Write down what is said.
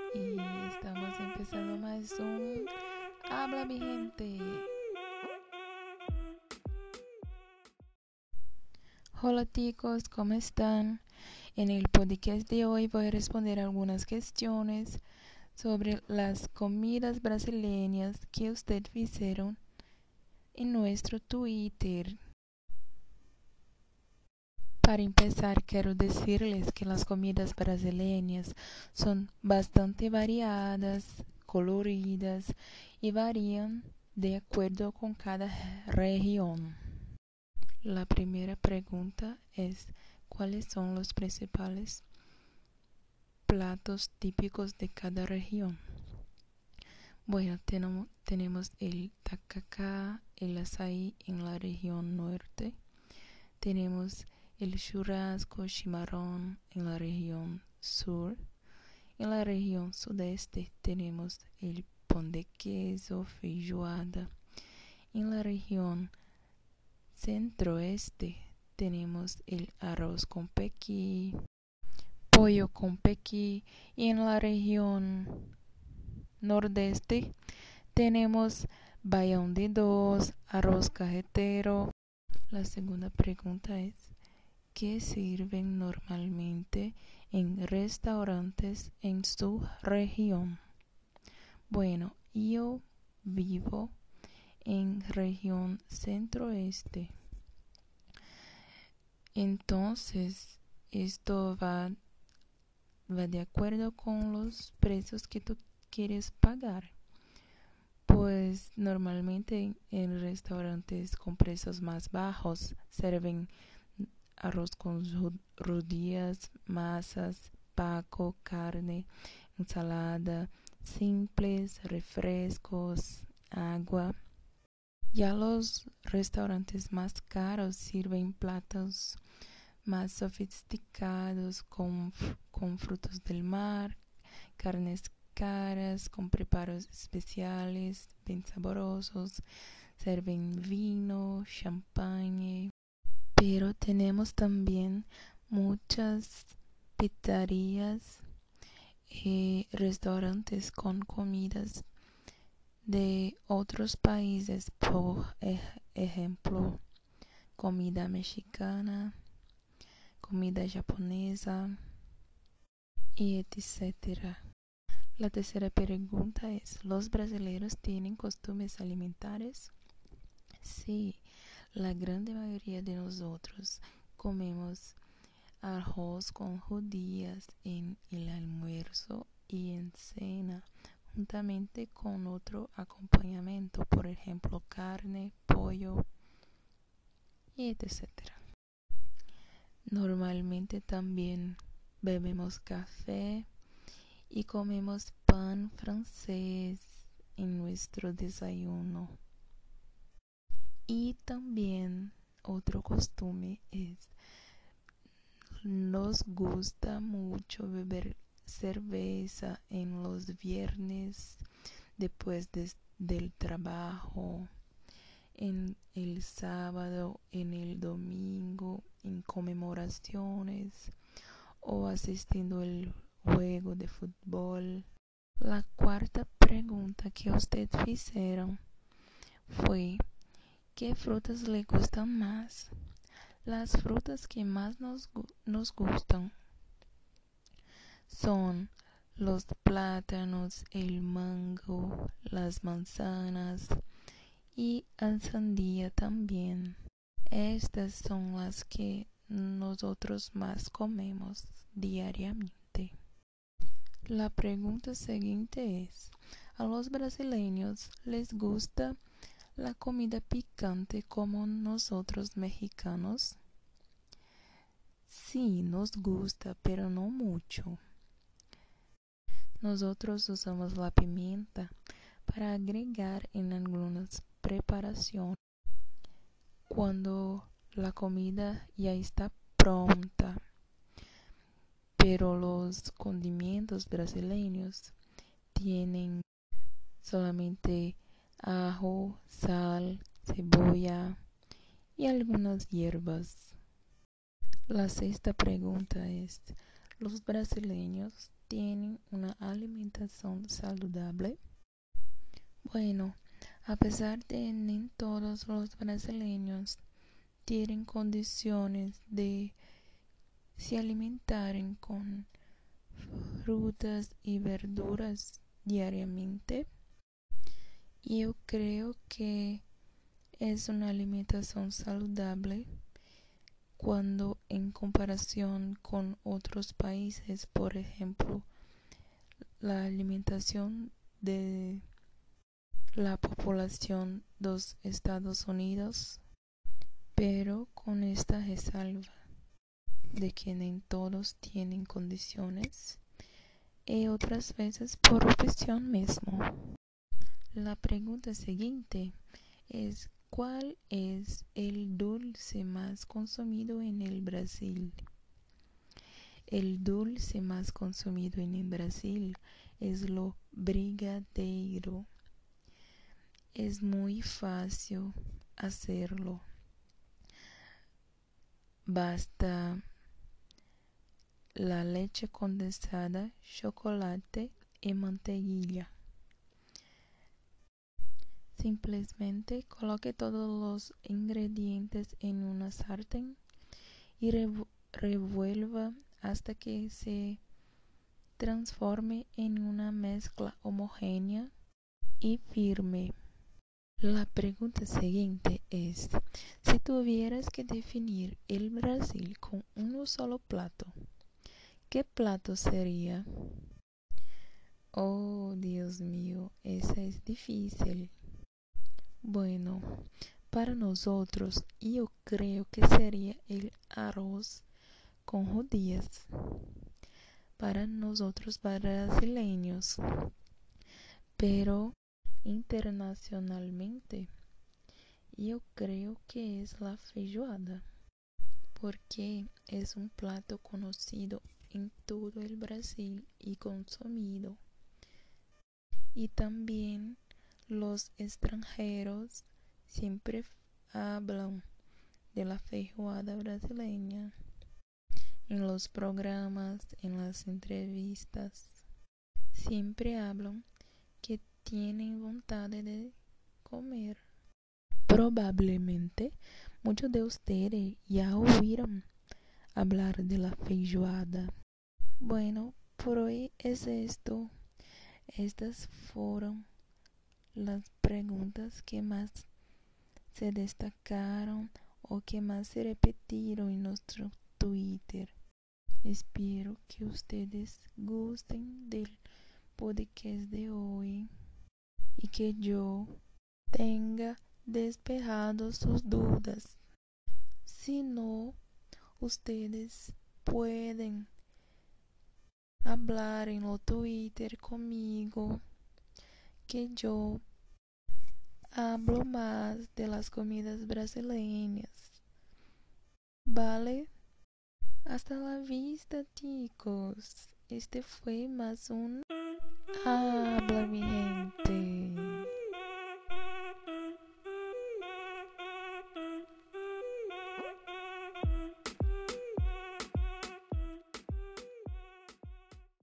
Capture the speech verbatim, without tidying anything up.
Y estamos empezando más un Habla mi gente. Hola chicos, ¿cómo están? En el podcast de hoy voy a responder algunas cuestiones sobre las comidas brasileñas que ustedes hicieron en nuestro Twitter. Para empezar, quiero decirles que las comidas brasileñas son bastante variadas, coloridas y varían de acuerdo con cada región. La primera pregunta es: ¿cuáles son los principales platos típicos de cada región? Bueno, tenemos, tenemos el tacacá, el azaí en la región norte. Tenemos el churrasco, chimarrón en la región sur. En la región sudeste tenemos el pão de queso, feijoada. En la región centro-oeste tenemos el arroz con pequi, pollo con pequi. Y en la región nordeste tenemos baião de dois, arroz carretero. La segunda pregunta es: ¿qué sirven normalmente en restaurantes en su región? Bueno, yo vivo en región centro-oeste. Entonces, esto va, va de acuerdo con los precios que tú quieres pagar. Pues normalmente en restaurantes con precios más bajos sirven arroz con rodillas, masas, paco, carne, ensalada, simples, refrescos, agua. Ya los restaurantes más caros sirven platos más sofisticados con, con frutos del mar, carnes caras, con preparos especiales, bien sabrosos, sirven vino, champagne. Pero tenemos también muchas pizzerías y restaurantes con comidas de otros países, por ejemplo, comida mexicana, comida japonesa y etcétera. La tercera pregunta es: ¿los brasileños tienen costumbres alimentares? Sí, la gran mayoría de nosotros comemos arroz con judías en el almuerzo y en cena, juntamente con otro acompañamiento, por ejemplo, carne, pollo y etcétera. Normalmente también bebemos café y comemos pan francés en nuestro desayuno. Y también otro costumbre es: nos gusta mucho beber cerveza en los viernes después de, del trabajo, en el sábado, en el domingo, en conmemoraciones o asistiendo al juego de fútbol. La cuarta pregunta que ustedes hicieron fue: ¿qué frutas le gustan más? Las frutas que más nos, nos gustan son los plátanos, el mango, las manzanas y la sandía también. Estas son las que nosotros más comemos diariamente. La pregunta siguiente es: ¿a los brasileños les gusta la comida picante como nosotros mexicanos? Sí, nos gusta, pero no mucho. Nosotros usamos la pimienta para agregar en algunas preparaciones cuando la comida ya está pronta. Pero los condimentos brasileños tienen solamente ajo, sal, cebolla y algunas hierbas. La sexta pregunta es: ¿los brasileños tienen una alimentación saludable? Bueno, a pesar de no todos los brasileños tienen condiciones de se alimentar con frutas y verduras diariamente, yo creo que es una alimentación saludable cuando en comparación con otros países, por ejemplo, la alimentación de la población de los Estados Unidos, pero con esta resalva de que no todos tienen condiciones y otras veces por opción mismo. La pregunta siguiente es: ¿cuál es el dulce más consumido en el Brasil? El dulce más consumido en el Brasil es lo brigadeiro. Es muy fácil hacerlo. Basta la leche condensada, chocolate y mantequilla. Simplemente coloque todos los ingredientes en una sartén y revu- revuelva hasta que se transforme en una mezcla homogénea y firme. La pregunta siguiente es: si tuvieras que definir el Brasil con un solo plato, ¿qué plato sería? Oh, Dios mío, esa es difícil. Bueno, para nosotros yo creo que sería el arroz con judías. Para nosotros brasileños, pero internacionalmente yo creo que es la feijoada, porque es un plato conocido en todo el Brasil y consumido. Y también los extranjeros siempre hablan de la feijoada brasileña en los programas, en las entrevistas. Siempre hablan que tienen voluntad de comer. Probablemente muchos de ustedes ya oyeron hablar de la feijoada. Bueno, por hoy es esto. Estas fueron las preguntas que más se destacaron o que más se repitieron en nuestro Twitter. Espero que ustedes gusten del podcast de hoy y que yo tenga despejado sus dudas. Si no, ustedes pueden hablar en el Twitter conmigo, que yo hablo más de las comidas brasileñas. ¿Vale? Hasta la vista, chicos. Este fue más un Habla, mi gente.